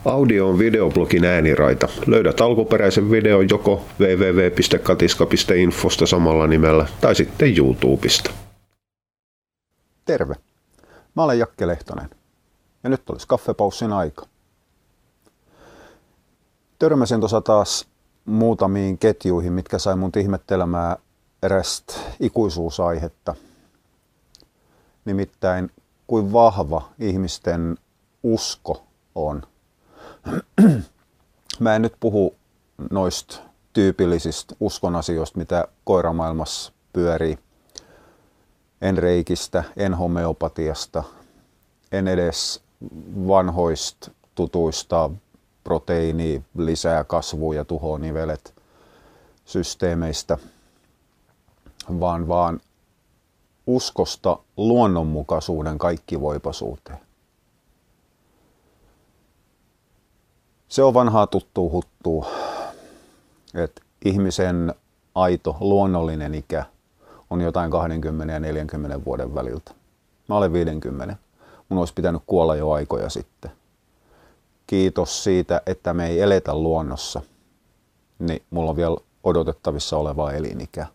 Audio on videoblogin ääniraita. Löydät alkuperäisen videon joko www.katiska.infosta samalla nimellä tai sitten YouTubesta. Terve! Mä olen Jakke Lehtonen ja nyt olisi kaffepaussin aika. Törmäsin tuossa taas muutamiin ketjuihin, mitkä sai mun ihmettelemään erästä ikuisuusaihetta. Nimittäin kuin vahva ihmisten usko on. Mä en nyt puhu noista tyypillisistä uskon asioista, mitä koiramaailmassa pyörii. En reikistä, en homeopatiasta, en edes vanhoista tutuista proteiini, lisää kasvua ja tuhoa nivelet systeemeistä, vaan uskosta luonnonmukaisuuden kaikkivoipaisuuteen. Se on vanhaa tuttua huttua, että ihmisen aito luonnollinen ikä on jotain 20 ja 40 vuoden väliltä. Mä olen 50. Mun olisi pitänyt kuolla jo aikoja sitten. Kiitos siitä, että me ei eletä luonnossa, niin mulla on vielä odotettavissa oleva elinikä.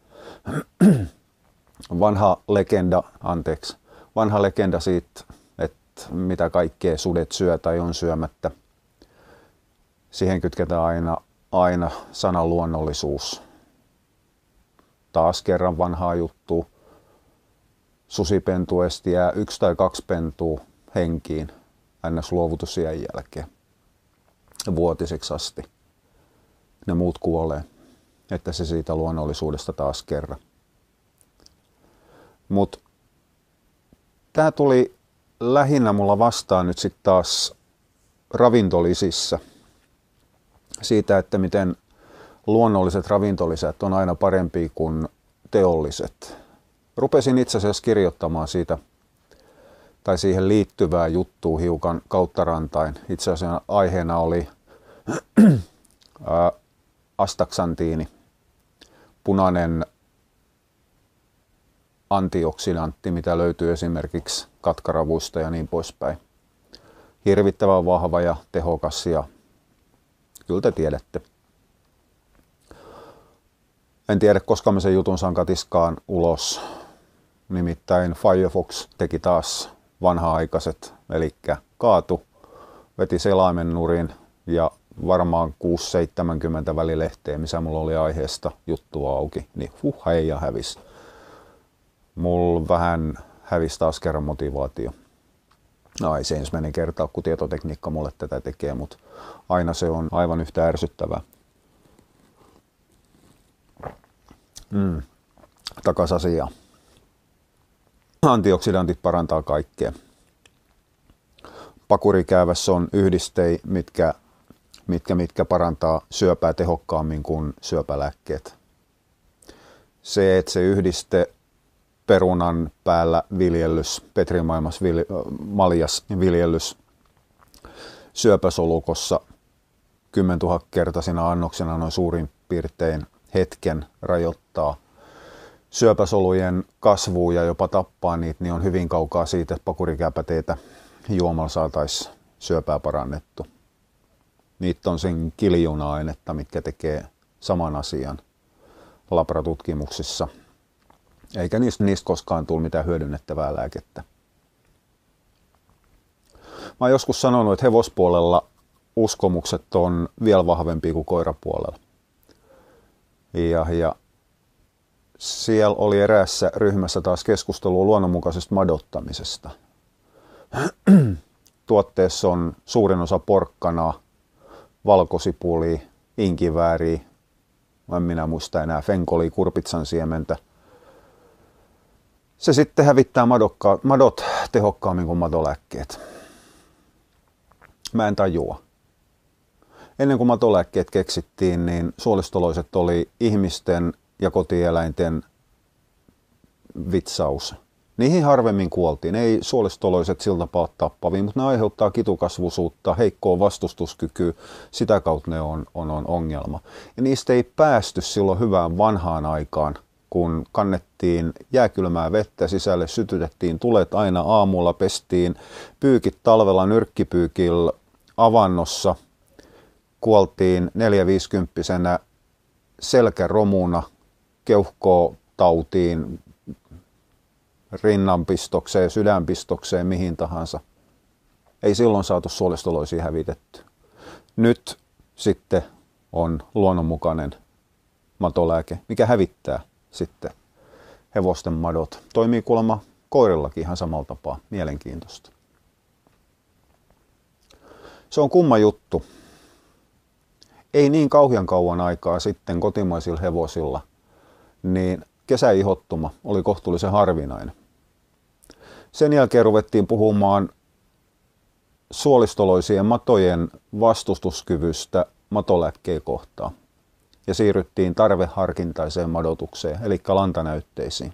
Vanha legenda siitä, että mitä kaikkea sudet syö tai on syömättä. Siihen kytketään aina sana luonnollisuus. Taas kerran vanhaa juttua. Susipentuesti jää 1 tai 2 pentua henkiin NS-luovutusiän jälkeen vuotiseksi asti. Ne muut kuolee, että se siitä luonnollisuudesta taas kerran. Mut tää tuli lähinnä mulla vastaan nyt sitten taas ravintolisissä. Siitä, että miten luonnolliset ravintolisät on aina parempia kuin teolliset. Rupesin itse asiassa kirjoittamaan siitä tai siihen liittyvää juttua hiukan kauttarantain. Itse asiassa aiheena oli astaksantiini, punainen antioksidantti, mitä löytyy esimerkiksi katkaravuista ja niin poispäin. Hirvittävän vahva ja tehokas ja kyllä te tiedätte. En tiedä, koska mä sen jutun saan katiskaan ulos. Nimittäin Firefox teki taas vanha-aikaiset, eli kaatu, veti selaimen nurin ja varmaan 6-70 välilehteä, missä mulla oli aiheesta juttua auki, niin heija hävis. Mulla vähän hävisi taas kerran motivaatio. Ei se ensimmäinen kerta, kun tietotekniikka mulle tätä tekee, mutta aina se on aivan yhtä ärsyttävää. Takas asiaan. Antioksidantit parantaa kaikkea. Pakurikäävässä on yhdistei, mitkä parantaa syöpää tehokkaammin kuin syöpälääkkeet. Se, että se yhdiste perunan päällä viljellys, petrimaailmassa maljas viljellys syöpäsolukossa 10 000-kertaisina annoksena noin suurin piirtein hetken rajoittaa syöpäsolujen kasvua ja jopa tappaa niitä, niin on hyvin kaukaa siitä, että pakurikääpäteitä juomalla saataisiin syöpää parannettu. Niitä on sen kiljuna-ainetta, mitkä tekee saman asian labratutkimuksissa. Eikä niistä koskaan tule mitään hyödynnettävää lääkettä. Mä oon joskus sanonut, että hevospuolella uskomukset on vielä vahvempia kuin koirapuolella. Ja siellä oli eräässä ryhmässä taas keskustelua luonnonmukaisesta madottamisesta. Tuotteessa on suurin osa porkkanaa, valkosipulia, inkivääriä, en minä muista enää, fenkolia, kurpitsan siementä. Se sitten hävittää madot tehokkaammin kuin matolääkkeet. Mä en tajua. Ennen kuin matolääkkeet keksittiin, niin suolistoloiset oli ihmisten ja kotieläinten vitsaus. Niihin harvemmin kuoltiin. Ei suolistoloiset sillä tapaa tappavia, mutta ne aiheuttaa kitukasvuisuutta, heikkoa vastustuskykyä. Sitä kautta ne on ongelma. Ja niistä ei päästy silloin hyvään vanhaan aikaan, kun kannettiin jääkylmää vettä sisälle, sytytettiin tulet aina aamulla, pestiin pyykit talvella nyrkkipyykillä avannossa, kuoltiin 4-50-vuotiaana selkäromuna, keuhkotautiin, rinnanpistokseen, sydänpistokseen, mihin tahansa. Ei silloin saatu suolistoloisia hävitetty. Nyt sitten on luonnonmukainen matolääke, mikä hävittää sitten hevosten madot. Toimii kuulemma koirillakin ihan samalla tapaa. Mielenkiintoista. Se on kumma juttu. Ei niin kauhean kauan aikaa sitten kotimaisilla hevosilla, niin kesäihottuma oli kohtuullisen harvinainen. Sen jälkeen ruvettiin puhumaan suolistoloisien matojen vastustuskyvystä matolääkkeen kohtaan ja siirryttiin tarveharkintaiseen madotukseen, eli lantanäytteisiin.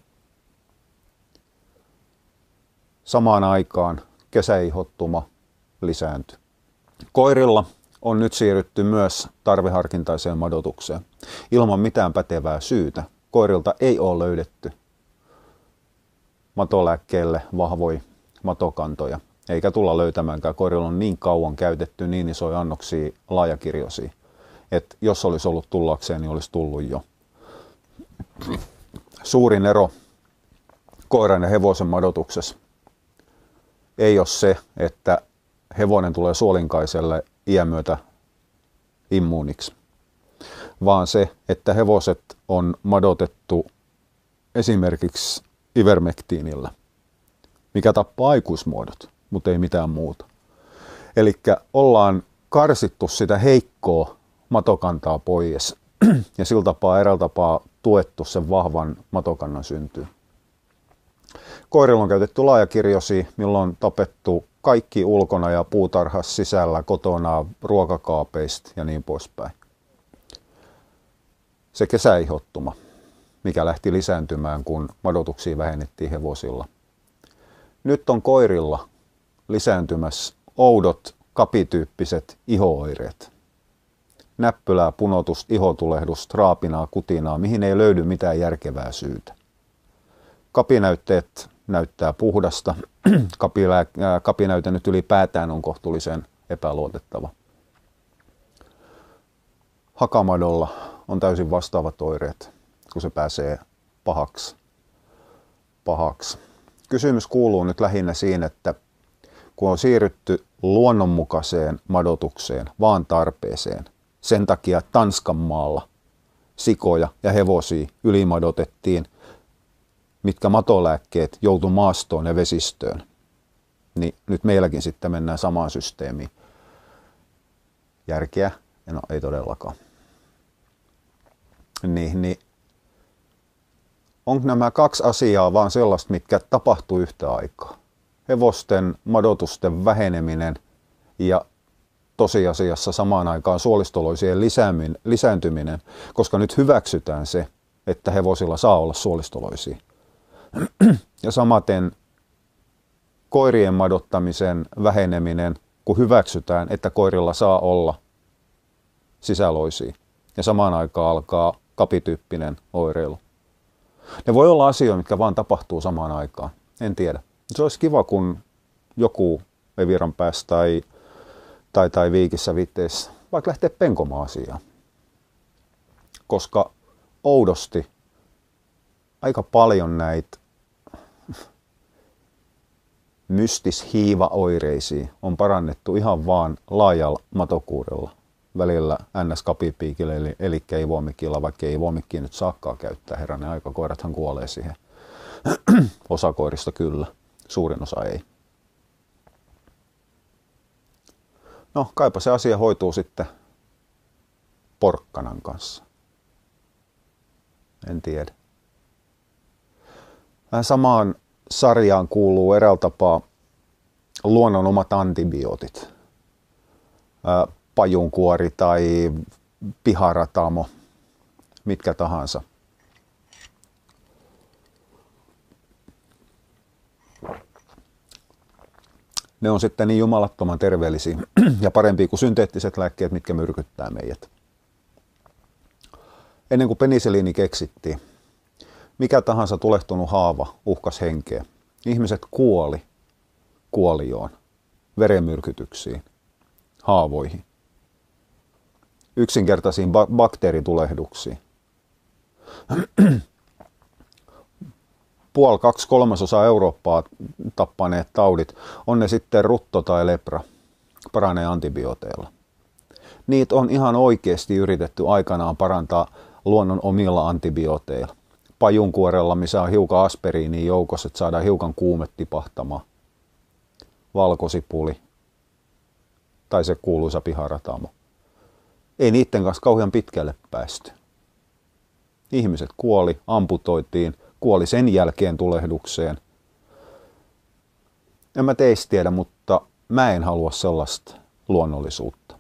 Samaan aikaan kesäihottuma lisääntyi. Koirilla on nyt siirrytty myös tarveharkintaiseen madotukseen. Ilman mitään pätevää syytä koirilta ei ole löydetty matolääkkeelle vahvoja matokantoja, eikä tulla löytämäänkään. Koirilla on niin kauan käytetty niin isoja annoksia laajakirjoisia, että jos olisi ollut tullakseen, niin olisi tullut jo. Suurin ero koiran ja hevosen madotuksessa ei ole se, että hevonen tulee suolinkaiselle iän myötä immuuniksi, vaan se, että hevoset on madotettu esimerkiksi ivermektiinillä, mikä tappaa aikuismuodot, mutta ei mitään muuta. Eli ollaan karsittu sitä heikkoa matokantaa pois ja sillä tapaa eräällä tapaa tuettu sen vahvan matokannan syntyyn. Koirilla on käytetty laajakirjosia, milloin on tapettu kaikki ulkona ja puutarhassa sisällä, kotona, ruokakaapeista ja niin poispäin. Se kesäihottuma, mikä lähti lisääntymään, kun madotuksia vähennettiin hevosilla. Nyt on koirilla lisääntymässä oudot kapityyppiset ihooireet. Näppylää, punotusta, ihotulehdusta, raapinaa, kutinaa, mihin ei löydy mitään järkevää syytä. Kapinäytteet näyttää puhdasta. Kapinäyte nyt ylipäätään on kohtuullisen epäluotettava. Hakamadolla on täysin vastaavat oireet, kun se pääsee pahaksi. Kysymys kuuluu nyt lähinnä siinä, että kun on siirrytty luonnonmukaiseen madotukseen, vaan tarpeeseen, sen takia Tanskan maalla sikoja ja hevosia ylimadotettiin, mitkä matolääkkeet joutu maastoon ja vesistöön, niin nyt meilläkin sitten mennään samaan systeemiin. Järkeä? No ei todellakaan. Niin. Onko nämä kaksi asiaa vaan sellaista, mitkä tapahtuu yhtä aikaa? Hevosten madotusten väheneminen ja tosiasiassa samaan aikaan suolistoloisien lisääntyminen, koska nyt hyväksytään se, että hevosilla saa olla suolistoloisia. Ja samaten koirien madottamisen väheneminen, kun hyväksytään, että koirilla saa olla sisäloisia. Ja samaan aikaan alkaa kapityyppinen oireilu. Ne voi olla asioita, mitkä vaan tapahtuu samaan aikaan. En tiedä. Se olisi kiva, kun joku Eviran päässä tai Viikissä Viteissä vaikka lähtee penkomaan asiaa. Koska oudosti aika paljon näitä mystis-hiivaoireisia on parannettu ihan vaan laajalla matokuudella. Välillä NS-kapipiikillä eli keivuomikilla, vaikka ei voimikkiä nyt saakkaa käyttää. Herranen aika, koirathan kuolee siihen. Osa koirista kyllä, suurin osa ei. No, kaipa se asia hoituu sitten porkkanan kanssa. En tiedä. Vähän samaan sarjaan kuuluu eräällä tapaa luonnon omat antibiootit. Pajunkuori tai piharatamo, mitkä tahansa. Ne on sitten niin jumalattoman terveellisiä ja parempia kuin synteettiset lääkkeet, mitkä myrkyttää meidät. Ennen kuin penisiliini keksittiin, mikä tahansa tulehtunut haava uhkas henkeä. Ihmiset kuolioon, verenmyrkytyksiin, haavoihin, yksinkertaisiin bakteeritulehduksiin. 2/3 Eurooppaa tappaneet taudit, on ne sitten rutto tai lepra, paranee antibiooteilla. Niitä on ihan oikeasti yritetty aikanaan parantaa luonnon omilla antibiooteilla. Pajunkuorella, missä on hiukan aspiriinia joukossa, että saadaan hiukan kuume tipahtamaan. Valkosipuli tai se kuuluisa piharatamo. Ei niiden kanssa kauhean pitkälle päästy. Ihmiset kuoli, amputoitiin, kuoli sen jälkeen tulehdukseen. En mä teistä tiedä, mutta mä en halua sellaista luonnollisuutta.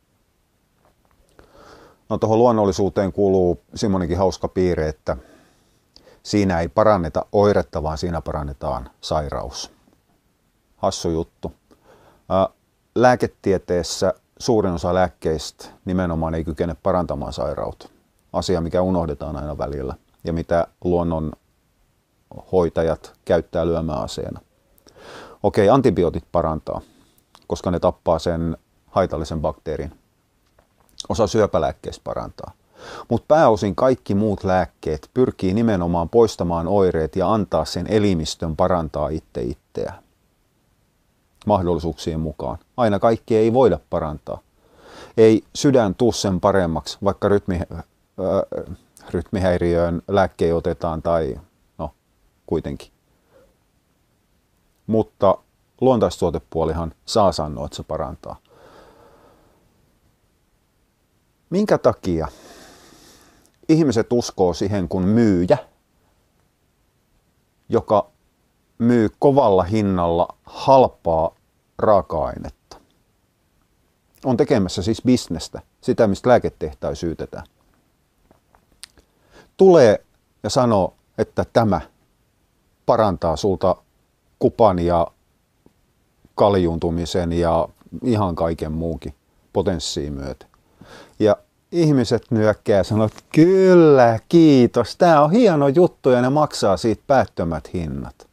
No tuohon luonnollisuuteen kuuluu semmoinenkin hauska piirre, että siinä ei paranneta oiretta, vaan siinä parannetaan sairaus. Hassu juttu. Lääketieteessä suurin osa lääkkeistä nimenomaan ei kykene parantamaan sairautta. Asia, mikä unohdetaan aina välillä ja mitä luonnonhoitajat käyttää lyömäaseena. Okei, antibiootit parantaa, koska ne tappaa sen haitallisen bakteerin. Osa syöpälääkkeistä parantaa. Mutta pääosin kaikki muut lääkkeet pyrkii nimenomaan poistamaan oireet ja antaa sen elimistön parantaa itseään. Mahdollisuuksien mukaan. Aina kaikki ei voida parantaa. Ei sydän tuu sen paremmaksi, vaikka rytmihäiriöön lääkkeen otetaan tai no kuitenkin. Mutta luontaistuotepuolihan saa sanoa, että se parantaa. Minkä takia ihmiset uskoo siihen, kun myyjä, joka myy kovalla hinnalla halpaa raaka-ainetta, on tekemässä siis bisnestä, sitä mistä lääketehtaita syytetään, tulee ja sanoo, että tämä parantaa sulta kupan ja kaljuuntumisen ja ihan kaiken muukin potenssiin myöten. Ja ihmiset nyökkää ja sanoo, että kyllä, kiitos, tämä on hieno juttu ja ne maksaa siitä päättömät hinnat.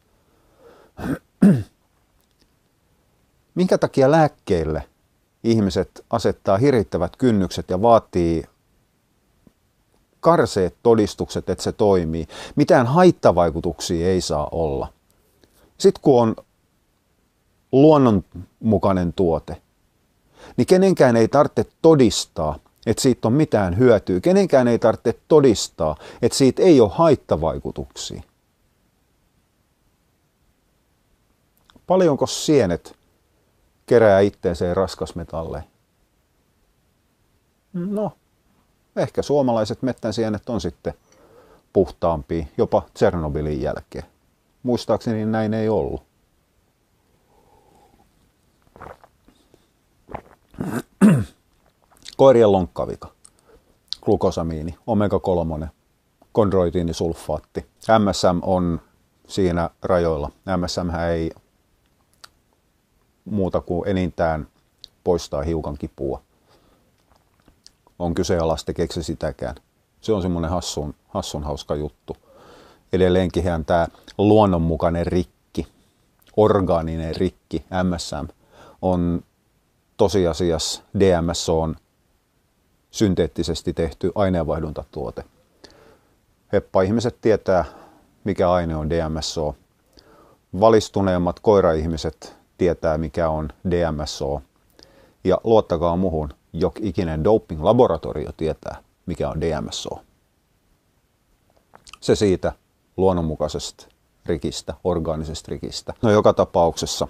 Minkä takia lääkkeille ihmiset asettaa hirvittävät kynnykset ja vaatii karseet todistukset, että se toimii. Mitään haittavaikutuksia ei saa olla. Sitten kun on luonnonmukainen tuote, niin kenenkään ei tarvitse todistaa, että siitä on mitään hyötyä. Kenenkään ei tarvitse todistaa, että siitä ei ole haittavaikutuksia. Paljonko sienet kerää itteeseen raskasmetalleja? No, ehkä suomalaiset mettänsienet on sitten puhtaampia, jopa Tsernobylin jälkeen. Muistaakseni näin ei ollut. Koirien lonkkavika, glukosamiini, omega-3, kondroitiinisulfaatti. MSM on siinä rajoilla. MSM ei muuta kuin enintään poistaa hiukan kipua. On kyseenalaista, tekeekö se sitäkään. Se on semmoinen hassun hauska juttu. Edelleenkin tämä luonnonmukainen rikki, orgaaninen rikki, MSM, on tosiasiassa DMSO on synteettisesti tehty aineenvaihduntatuote. Heppa-ihmiset tietää, mikä aine on DMSO. Valistuneemmat koira-ihmiset tietää, mikä on DMSO. Ja luottakaa muhun, ikinen doping-laboratorio tietää, mikä on DMSO. Se siitä luonnonmukaisesta rikistä, orgaanisesta rikistä. No joka tapauksessa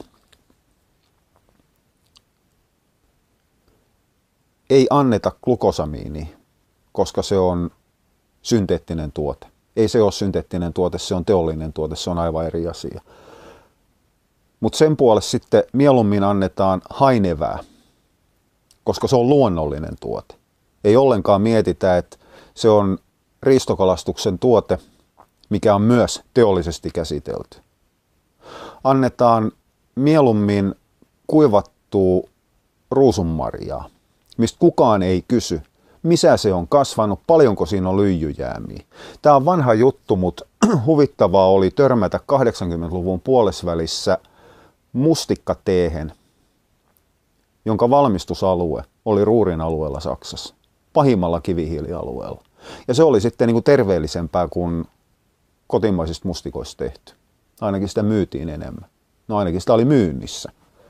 ei anneta glukosamiinia, koska se on synteettinen tuote. Ei se ole synteettinen tuote, se on teollinen tuote, se on aivan eri asia. Mutta sen puolesta sitten mieluummin annetaan hainevää, koska se on luonnollinen tuote. Ei ollenkaan mietitä, että se on riistokalastuksen tuote, mikä on myös teollisesti käsitelty. Annetaan mieluummin kuivattua ruusunmarjaa, mistä kukaan ei kysy, missä se on kasvanut, paljonko siinä on lyijyjäämiä. Tämä on vanha juttu, mutta huvittavaa oli törmätä 80-luvun puolesvälissä mustikkateehen, jonka valmistusalue oli Ruurin alueella Saksassa, pahimmalla kivihiilialueella. Ja se oli sitten niin kuin terveellisempää kuin kotimaisista mustikoista tehty. Ainakin sitä myytiin enemmän. No ainakin sitä oli myynnissä.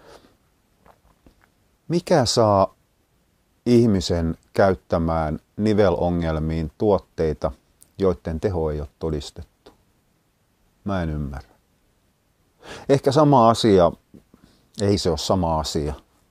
Mikä saa ihmisen käyttämään nivelongelmiin tuotteita, joiden teho ei ole todistettu? Mä en ymmärrä. Ehkä sama asia, ei se ole sama asia,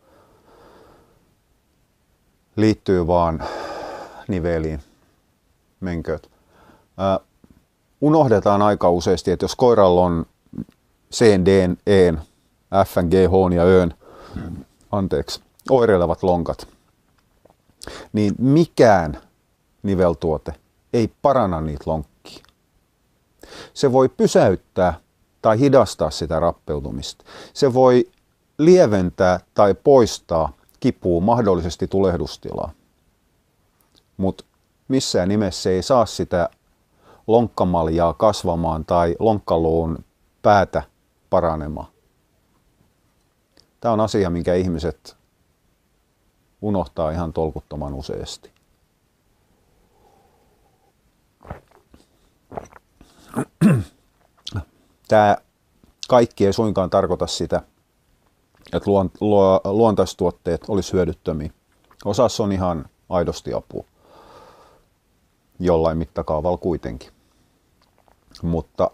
liittyy vaan niveliin. Menkööt. Unohdetaan aika useasti, että jos koiralla on C, D, E, F, G, H ja Ö, oireilevat lonkat, niin mikään niveltuote ei paranna niitä lonkkia. Se voi pysäyttää tai hidastaa sitä rappeutumista. Se voi lieventää tai poistaa kipua, mahdollisesti tulehdustilaa. Mutta missään nimessä ei saa sitä lonkkamaljaa kasvamaan tai lonkkaluun päätä paranemaan. Tämä on asia, minkä ihmiset unohtaa ihan tolkuttoman useasti. Tämä kaikki ei suinkaan tarkoita sitä, että luontaistuotteet olisi hyödyttömiä. Osassa on ihan aidosti apua. Jollain mittakaavalla kuitenkin. Mutta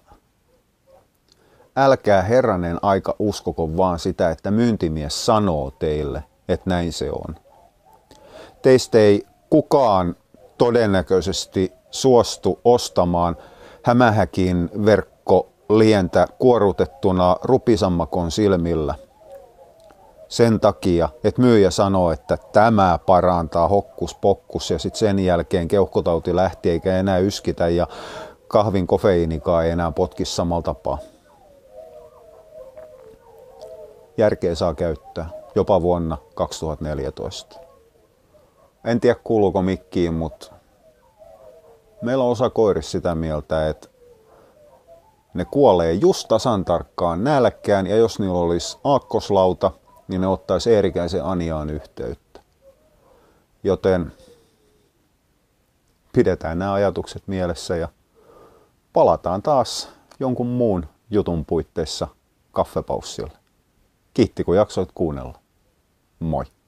älkää herranen aika uskoko vaan sitä, että myyntimies sanoo teille, että näin se on. Teistä ei kukaan todennäköisesti suostu ostamaan Hämähäkin verkkolientä kuorutettuna rupisammakon silmillä sen takia, että myyjä sanoo, että tämä parantaa hokkus pokkus ja sitten sen jälkeen keuhkotauti lähti eikä enää yskitä ja kahvin kofeiinikaan ei enää potki samalla tapaa. Järkeä saa käyttää jopa vuonna 2014. En tiedä kuuluuko mikkiin, mutta meillä on osa koirissa sitä mieltä, että ne kuolee just tasan tarkkaan nälkään ja jos niillä olisi aakkoslauta, niin ne ottaisi Eerikäisen Aniaan yhteyttä. Joten pidetään nämä ajatukset mielessä ja palataan taas jonkun muun jutun puitteissa kaffepaussille. Kiitti kun jaksoit kuunnella. Moi!